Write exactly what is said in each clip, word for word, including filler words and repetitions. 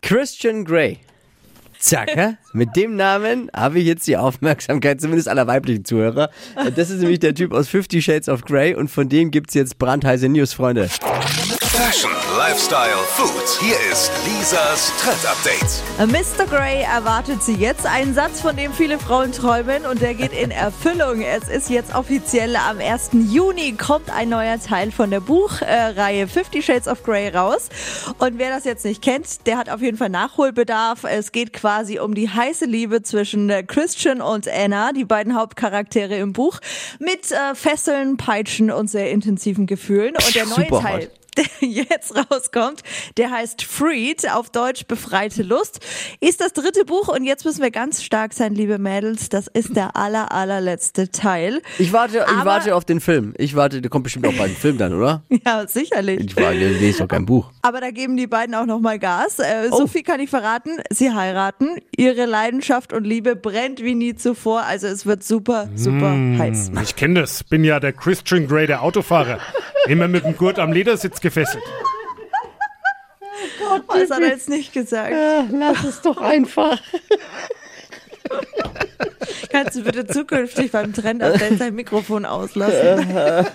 Christian Grey. Zack, hä? Mit dem Namen habe ich jetzt die Aufmerksamkeit, zumindest aller weiblichen Zuhörer. Das ist nämlich der Typ aus Fifty Shades of Grey und von dem gibt's jetzt brandheiße News, Freunde. Fashion, Lifestyle, Food. Hier ist Lisas Trend Update. Mister Grey erwartet sie jetzt. Ein Satz, von dem viele Frauen träumen und der geht in Erfüllung. Es ist jetzt offiziell, am ersten Juni kommt ein neuer Teil von der Buchreihe Fifty Shades of Grey raus. Und wer das jetzt nicht kennt, der hat auf jeden Fall Nachholbedarf. Es geht quasi um die heiße Liebe zwischen Christian und Anna, die beiden Hauptcharaktere im Buch, mit äh, Fesseln, Peitschen und sehr intensiven Gefühlen. Und der neue Super Teil, hot. der jetzt rauskommt, der heißt Freed, auf Deutsch Befreite Lust, ist das dritte Buch und jetzt müssen wir ganz stark sein, liebe Mädels, das ist der aller, allerletzte Teil. Ich warte, ich Aber- warte auf den Film. Ich warte, der kommt bestimmt auch bald ein Film dann, oder? Ja, sicherlich. Ich warte, ich lese doch kein Buch. Aber da geben die beiden auch nochmal Gas. Äh, Oh. So viel kann ich verraten, sie heiraten, ihre Leidenschaft und Liebe brennt wie nie zuvor, also es wird super, super heiß. Ich kenne das. Bin ja der Christian Grey, der Autofahrer. Immer mit dem Gurt am Ledersitz gefesselt. Das hat er jetzt nicht gesagt. Lass es doch einfach. Kannst du bitte zukünftig beim Trend-Update sein Mikrofon auslassen?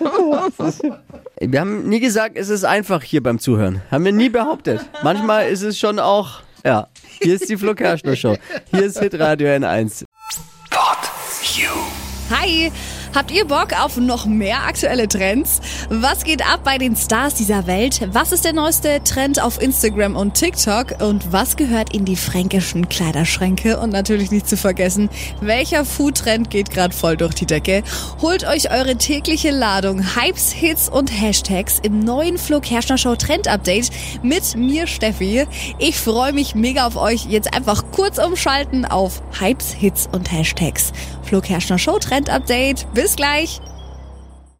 Wir haben nie gesagt, es ist einfach hier beim Zuhören. Haben wir nie behauptet. Manchmal ist es schon auch, ja, hier ist die Flo Kerschner Show. Hier ist Hitradio N eins. Pod You. Hi! Habt ihr Bock auf noch mehr aktuelle Trends? Was geht ab bei den Stars dieser Welt? Was ist der neueste Trend auf Instagram und TikTok? Und was gehört in die fränkischen Kleiderschränke? Und natürlich nicht zu vergessen, welcher Foodtrend geht gerade voll durch die Decke? Holt euch eure tägliche Ladung Hypes, Hits und Hashtags im neuen Flo Kerschner Show Trend Update mit mir, Steffi. Ich freue mich mega auf euch. Jetzt einfach kurz umschalten auf Hypes, Hits und Hashtags. Flo Kerschner Show Trend Update. Bis gleich!